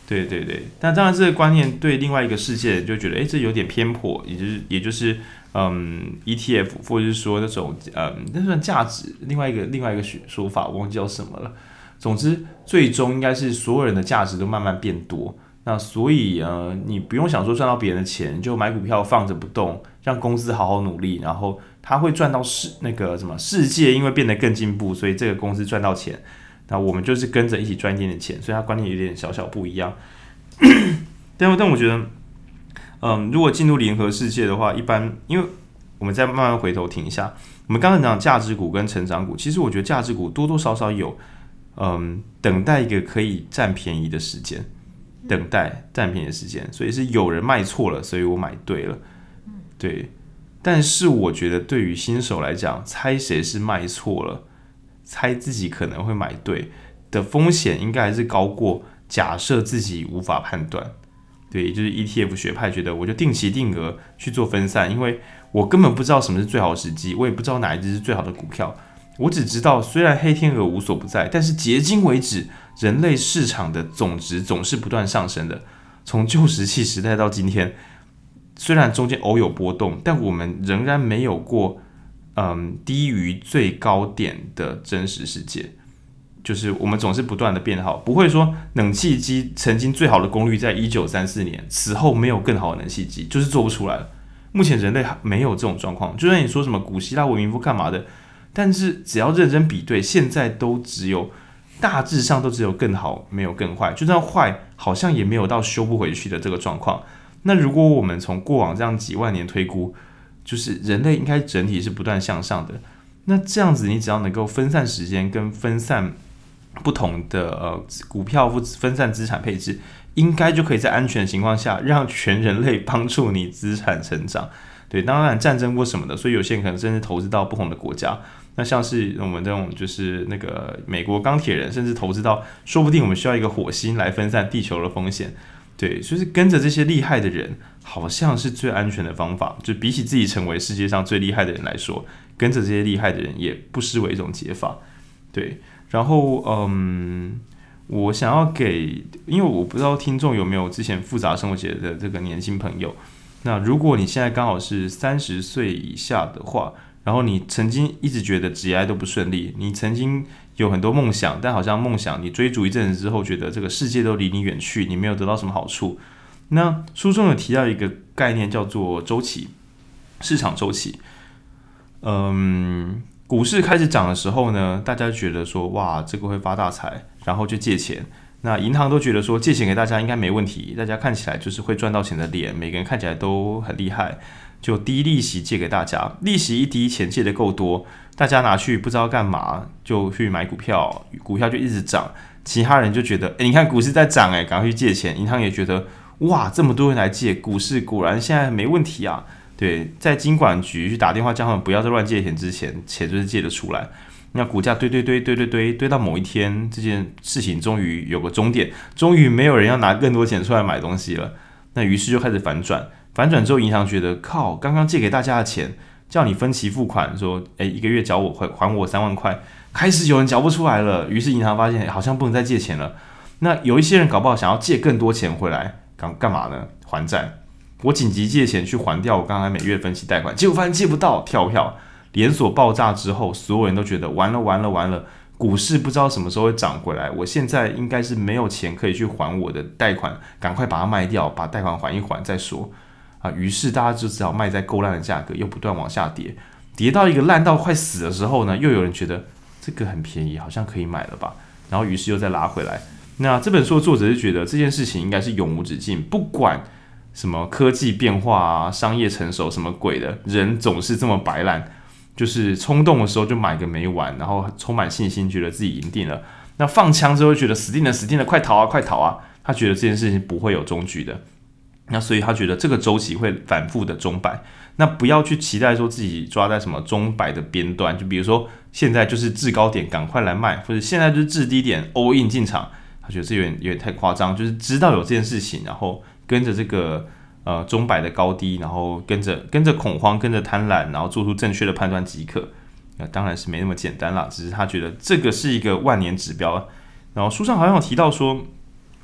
对对对，但当然这个观念对另外一个世界人就觉得，哎，这有点偏颇，也就是也就是嗯 E T F 或者是说那种嗯那算价值，另外一个另外一个说法我忘记叫什么了。总之，最终应该是所有人的价值都慢慢变多。那所以呃，你不用想说赚到别人的钱，就买股票放着不动，让公司好好努力，然后他会赚到世那个什么世界，因为变得更进步，所以这个公司赚到钱。那我们就是跟着一起赚一点点钱，所以他观念有点小小不一样。但但我觉得，嗯，如果进入联合世界的话，一般因为我们再慢慢回头听一下，我们刚才讲价值股跟成长股，其实我觉得价值股多多少少有，嗯，等待一个可以占便宜的时间，等待占便宜的时间，所以是有人卖错了，所以我买对了，对。但是我觉得对于新手来讲，猜谁是卖错了，猜自己可能会买对的风险，应该还是高过假设自己无法判断。对，就是 E T F 学派觉得，我就定期定额去做分散，因为我根本不知道什么是最好的时机，我也不知道哪一只是最好的股票，我只知道虽然黑天鹅无所不在，但是迄今为止，人类市场的总值总是不断上升的，从旧石器时代到今天。虽然中间偶有波动，但我们仍然没有过，嗯，低于最高点的真实世界。就是我们总是不断的变好，不会说冷气机曾经最好的功率在一九三四年，此后没有更好的冷气机，就是做不出来了。目前人类没有这种状况，就算你说什么古希腊文明或干嘛的，但是只要认真比对，现在都只有大致上都只有更好，没有更坏。就算坏，好像也没有到修不回去的这个状况。那如果我们从过往这样几万年推估，就是人类应该整体是不断向上的。那这样子，你只要能够分散时间跟分散不同的呃股票或分散资产配置，应该就可以在安全的情况下，让全人类帮助你资产成长。对，当然战争或什么的，所以有些人可能甚至投资到不同的国家。那像是我们这种就是那个美国钢铁人，甚至投资到，说不定我们需要一个火星来分散地球的风险。对，就是跟着这些厉害的人，好像是最安全的方法。就比起自己成为世界上最厉害的人来说，跟着这些厉害的人也不失为一种解法。对，然后嗯，我想要给，因为我不知道听众有没有之前复杂生活节的这个年轻朋友。那如果你现在刚好是三十岁以下的话，然后你曾经一直觉得职业都不顺利，你曾经有很多梦想，但好像梦想你追逐一阵子之后，觉得这个世界都离你远去，你没有得到什么好处。那书中有提到一个概念叫做周期，市场周期。嗯，股市开始涨的时候呢，大家觉得说哇，这个会发大财，然后就借钱。那银行都觉得说借钱给大家应该没问题，大家看起来就是会赚到钱的脸，每个人看起来都很厉害。就低利息借给大家，利息一低，钱借的够多，大家拿去不知道干嘛，就去买股票，股票就一直涨，其他人就觉得，哎，你看股市在涨，哎，赶快去借钱，银行也觉得，哇，这么多人来借，股市果然现在没问题啊。对，在金管局去打电话叫他们不要再乱借钱之前，钱就是借得出来。那股价堆堆堆堆堆堆堆到某一天，这件事情终于有个终点，终于没有人要拿更多钱出来买东西了，那于是就开始反转。反转之后，银行觉得靠，刚刚借给大家的钱，叫你分期付款，说，哎，一个月缴我还还我三万块，开始有人缴不出来了。于是银行发现，好像不能再借钱了。那有一些人搞不好想要借更多钱回来，干干嘛呢？还债。我紧急借钱去还掉我刚才每月分期贷款，结果发现借不到，跳票。连锁爆炸之后，所有人都觉得完了完了完了，股市不知道什么时候会涨回来，我现在应该是没有钱可以去还我的贷款，赶快把它卖掉，把贷款还一还再说。啊，于是大家就只好卖在够烂的价格，又不断往下跌，跌到一个烂到快死的时候呢，又有人觉得这个很便宜，好像可以买了吧，然后于是又再拉回来。那这本书的作者是觉得这件事情应该是永无止境，不管什么科技变化啊、商业成熟什么鬼的，人总是这么摆烂，就是冲动的时候就买个没完，然后充满信心，觉得自己赢定了。那放枪之后觉得死定了，死定了，快逃啊，快逃啊！他觉得这件事情不会有终局的。那所以他觉得这个周期会反复的钟摆，那不要去期待说自己抓在什么钟摆的边端，就比如说现在就是制高点赶快来卖，或者现在就是制低点 all in 进场，他觉得这有点有点太夸张，就是知道有这件事情，然后跟着这个呃钟摆的高低，然后跟着跟着恐慌，跟着贪婪，然后做出正确的判断即可。那当然是没那么简单啦，只是他觉得这个是一个万年指标。然后书上好像有提到说，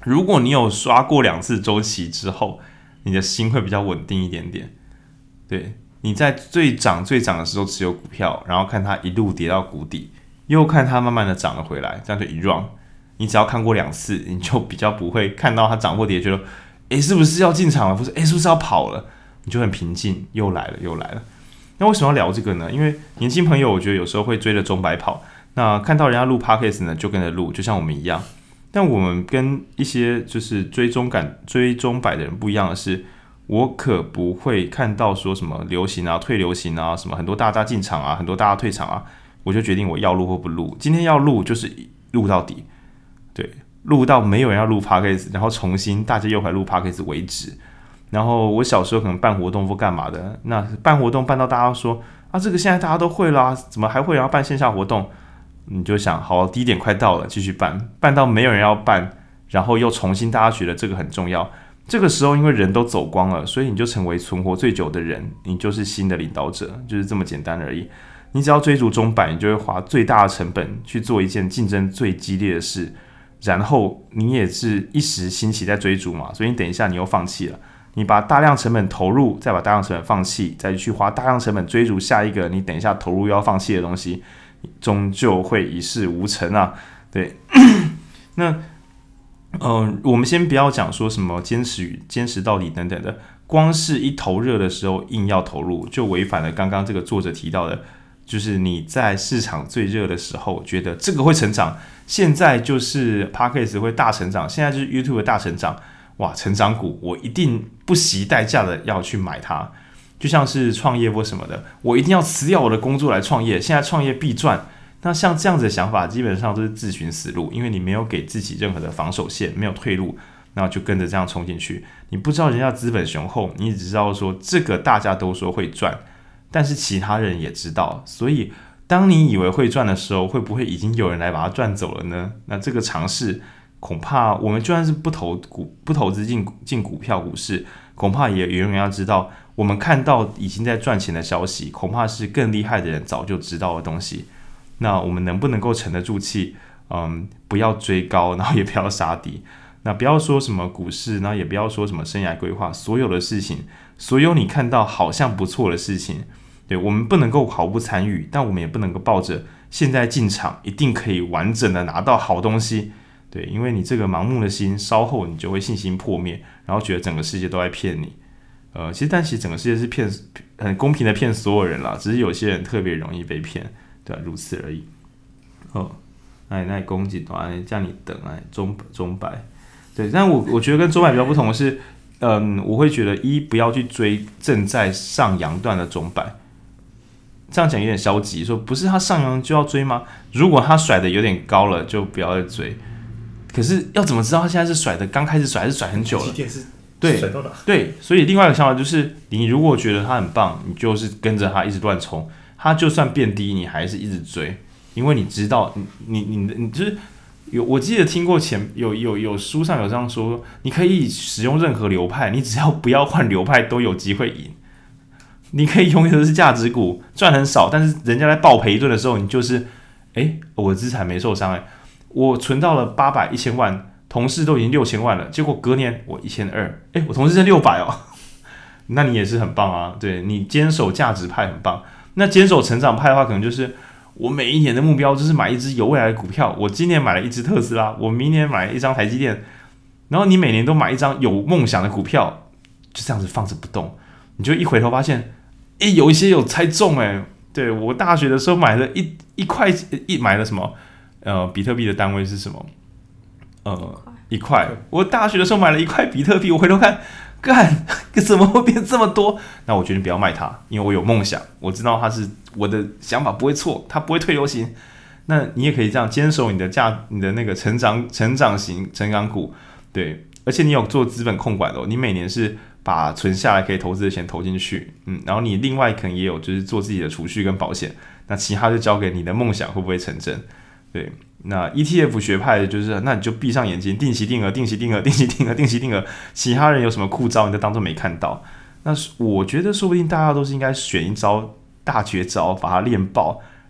如果你有刷过两次周期之后，你的心会比较稳定一点点。对，你在最涨最涨的时候持有股票，然后看它一路跌到谷底，又看它慢慢的涨了回来，这样就一 round。你只要看过两次，你就比较不会看到它涨或跌，觉得诶是不是要进场了，不是诶是不是要跑了，你就很平静，又来了又来了。那为什么要聊这个呢？因为年轻朋友我觉得有时候会追着钟摆跑，那看到人家录 podcast 呢就跟着录，就像我们一样。但我们跟一些就是追钟感追钟摆的人不一样的是，我可不会看到说什么流行啊、退流行啊、什么很多大家进场啊、很多大家退场啊，我就决定我要录或不录。今天要录就是录到底，对，录到没有人要录 podcast， 然后重新大家又回来录 podcast 为止。然后我小时候可能办活动或干嘛的，那办活动办到大家说啊，这个现在大家都会啦，怎么还会要办线下活动？你就想，好，低点快到了，继续办，办到没有人要办，然后又重新大家觉得这个很重要。这个时候因为人都走光了，所以你就成为存活最久的人，你就是新的领导者，就是这么简单而已。你只要追逐钟摆，你就会花最大的成本去做一件竞争最激烈的事，然后你也是一时兴起在追逐嘛，所以你等一下你又放弃了。你把大量成本投入，再把大量成本放弃，再去花大量成本追逐下一个你等一下投入又要放弃的东西，终究会一事无成啊。对，那呃，我们先不要讲说什么坚持与坚持到底等等的，光是一头热的时候硬要投入，就违反了刚刚这个作者提到的，就是你在市场最热的时候觉得这个会成长，现在就是 Podcast 会大成长，现在就是 YouTube 的大成长。哇，成长股我一定不惜代价的要去买它，就像是创业或什么的，我一定要辞掉我的工作来创业，现在创业必赚。那像这样子的想法基本上都是自寻死路，因为你没有给自己任何的防守线，没有退路，那就跟着这样冲进去。你不知道人家资本雄厚，你只知道说这个大家都说会赚，但是其他人也知道，所以当你以为会赚的时候，会不会已经有人来把它赚走了呢？那这个尝试恐怕我们就算是不投股不投资进进股票股市，恐怕也有人要知道，我们看到已经在赚钱的消息，恐怕是更厉害的人早就知道的东西。那我们能不能够沉得住气？嗯，不要追高，然后也不要杀低。那不要说什么股市，然后也不要说什么生涯规划，所有的事情，所有你看到好像不错的事情，对，我们不能够毫不参与，但我们也不能够抱着现在进场一定可以完整的拿到好东西。对，因为你这个盲目的心，稍后你就会信心破灭，然后觉得整个世界都在骗你。呃，其实但其实整个世界是骗，很公平的骗所有人啦，只是有些人特别容易被骗，对吧、啊？如此而已。哦，那那攻击团叫你等哎，钟钟摆，对，但我我觉得跟钟摆比较不同的是，嗯，我会觉得一不要去追正在上扬段的钟摆。这样讲有点消极，说不是他上扬就要追吗？如果他甩的有点高了，就不要再追。可是要怎么知道他现在是甩的刚开始甩还是甩很久了？对对，所以另外一个想法就是，你如果觉得他很棒，你就是跟着他一直乱冲，他就算变低，你还是一直追，因为你知道，你你你你就是有，我记得听过前有有有书上有这样说，你可以使用任何流派，你只要不要换流派，都有机会赢。你可以永远都是价值股，赚很少，但是人家在爆赔一顿的时候，你就是，哎，我的资产没受伤，哎。我存到了八百一千万，同事都已经六千万了，结果隔年我一千二，哎，我同事剩六百哦，那你也是很棒啊，对，你坚守价值派很棒。那坚守成长派的话，可能就是我每一年的目标就是买一只有未来的股票，我今年买了一只特斯拉，我明年买了一张台积电，然后你每年都买一张有梦想的股票，就这样子放着不动，你就一回头发现，哎，有一些有猜中哎，对我大学的时候买了一一块一买了什么？呃，比特币的单位是什么？呃，一块。我大学的时候买了一块比特币，我回头看，干，怎么会变这么多？那我决定不要卖它，因为我有梦想，我知道它是我的想法不会错，它不会退流行。那你也可以这样坚守你的价，你的那个成长成长型成长股，对，而且你有做资本控管的、哦，你每年是把存下来可以投资的钱投进去，嗯，然后你另外可能也有就是做自己的储蓄跟保险，那其他就交给你的梦想会不会成真？对，那 E T F 学派的就是，那你就闭上眼睛，定期定额，定期定额，定期定额，定期定额，其他人有什么酷招，你就当作没看到。那我觉得说不定大家都是应该选一招大绝招，把它练爆，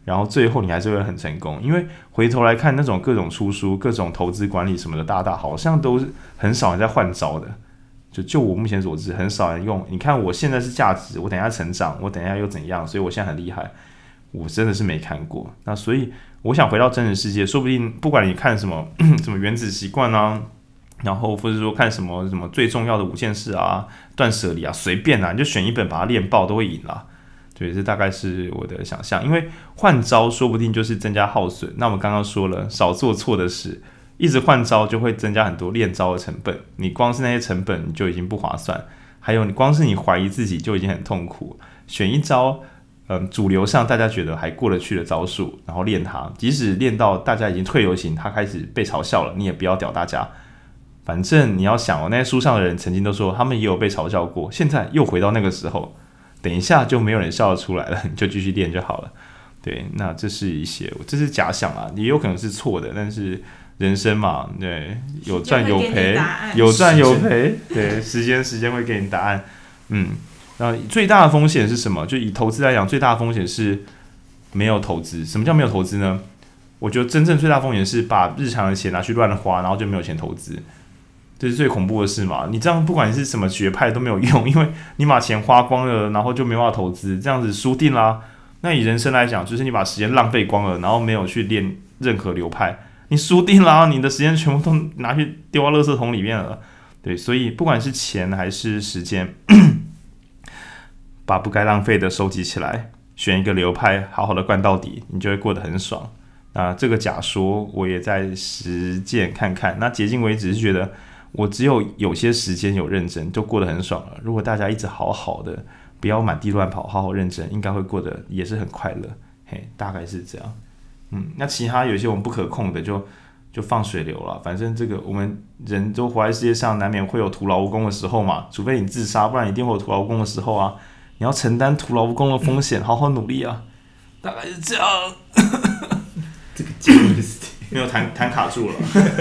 然后最后你还是会很成功。因为回头来看那种各种出书、各种投资管理什么的大大，好像都是很少人在换招的。就就我目前所知，很少人用。你看我现在是价值，我等一下成长，我等一下又怎样，所以我现在很厉害。我真的是没看过。那所以我想回到真实世界，说不定不管你看什么什么原子习惯啊，然后或者说看什么什么最重要的五件事啊、断舍离啊，随便啊，你就选一本把它练爆都会赢啦。对，这大概是我的想象。因为换招说不定就是增加耗损。那我们刚刚说了，少做错的事。一直换招就会增加很多练招的成本，你光是那些成本你就已经不划算，还有你光是你怀疑自己就已经很痛苦。选一招，嗯，主流上大家觉得还过得去的招数，然后练它，即使练到大家已经退流行，它开始被嘲笑了，你也不要屌大家。反正你要想哦，那些书上的人曾经都说他们也有被嘲笑过，现在又回到那个时候，等一下就没有人笑得出来了，你就继续练就好了。对，那这是一些，这是假想啊，也有可能是错的，但是。人生嘛，对，有赚有赔，有赚有赔，对，时间时间会给你答案，嗯，然后最大的风险是什么？就以投资来讲，最大的风险是没有投资。什么叫没有投资呢？我觉得真正最大的风险是把日常的钱拿去乱花，然后就没有钱投资，这是最恐怖的事嘛。你这样不管你是什么学派都没有用，因为你把钱花光了，然后就没办法投资，这样子输定啦。那以人生来讲，就是你把时间浪费光了，然后没有去练任何流派。你输定了、啊，你的时间全部都拿去丢到垃圾桶里面了。对，所以不管是钱还是时间，把不该浪费的收集起来，选一个流派，好好的灌到底，你就会过得很爽。那这个假说我也在实践看看。那迄今为止是觉得我只有有些时间有认真，就过得很爽了。如果大家一直好好的，不要满地乱跑，好好认真，应该会过得也是很快乐。嘿，大概是这样。嗯，那其他有些我们不可控的就就放水流了。反正这个我们人都活在世界上，难免会有徒劳无功的时候嘛。除非你自杀，不然一定会有徒劳无功的时候啊。你要承担徒劳无功的风险，好好努力啊。大概是这样。 这个节目没有弹弹卡住了。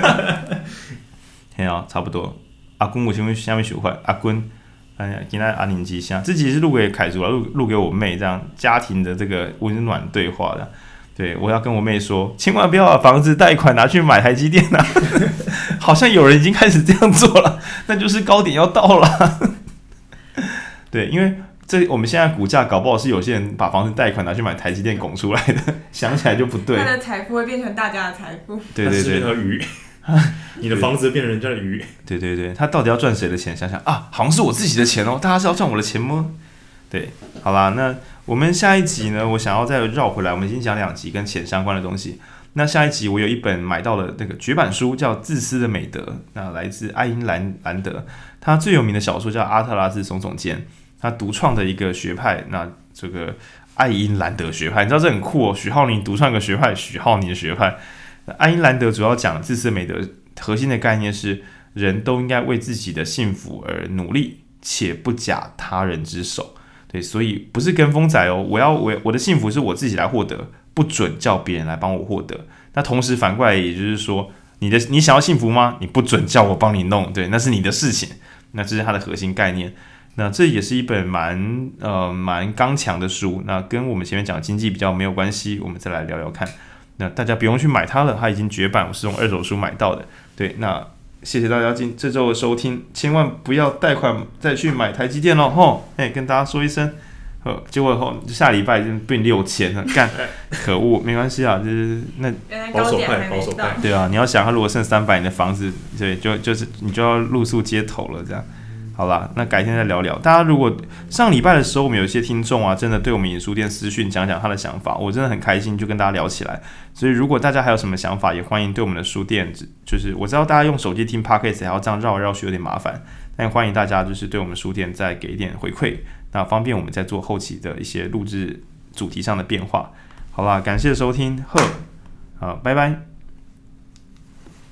嘿啊，差不多。阿君有什么下面想法？阿君，哎呀，今天阿宁吉祥，这集是录给凯叔了，录录给我妹，这样家庭的这个温暖对话的。对，我要跟我妹说，千万不要把房子贷款拿去买台积电啊！好像有人已经开始这样做了，那就是高点要到了。对，因为这我们现在股价搞不好是有些人把房子贷款拿去买台积电拱出来的，想起来就不对。 他的财富会变成大家的财富。 对对对， 和鱼，你的房子变成人家的鱼。 对对对，他到底要赚谁的钱？想想啊，好像是我自己的钱哦，大家是要赚我的钱吗？对，好啦，那我们下一集呢，我想要再绕回来，我们已经讲两集跟钱相关的东西。那下一集我有一本买到的那个绝版书，叫《自私的美德》，那来自爱因兰兰德，他最有名的小说叫《阿特拉斯耸耸肩》，他独创的一个学派，那这个爱因兰德学派，你知道这很酷哦，许浩宁独创一个学派，许浩宁的学派。爱因兰德主要讲自私的美德，核心的概念是人都应该为自己的幸福而努力，且不假他人之手。对，所以不是跟风仔哦，我要我我的幸福是我自己来获得，不准叫别人来帮我获得。那同时反过来，也就是说，你的你想要幸福吗？你不准叫我帮你弄，对，那是你的事情。那这是它的核心概念。那这也是一本蛮呃蛮刚强的书。那跟我们前面讲的经济比较没有关系，我们再来聊聊看。那大家不用去买它了，它已经绝版，我是用二手书买到的。对，那谢谢大家今这周的收听，千万不要贷款再去买台积电咯吼！哎，跟大家说一声，呃，结果后下礼拜已经变六千了，干，可恶，没关系啊，就是那保守派，保守派， 对啊，你要想，他如果剩三百，你的房子，对，就就是你就要露宿街头了，这样。好啦，那改天再聊聊。大家如果上礼拜的时候，我们有一些听众啊，真的对我们影书店私讯讲讲他的想法，我真的很开心，就跟大家聊起来。所以如果大家还有什么想法，也欢迎对我们的书店，就是我知道大家用手机听 Podcast 还要这样绕来绕去有点麻烦，但欢迎大家就是对我们书店再给一点回馈，那方便我们在做后期的一些录制主题上的变化。好啦，感谢收听，呵，好，拜拜。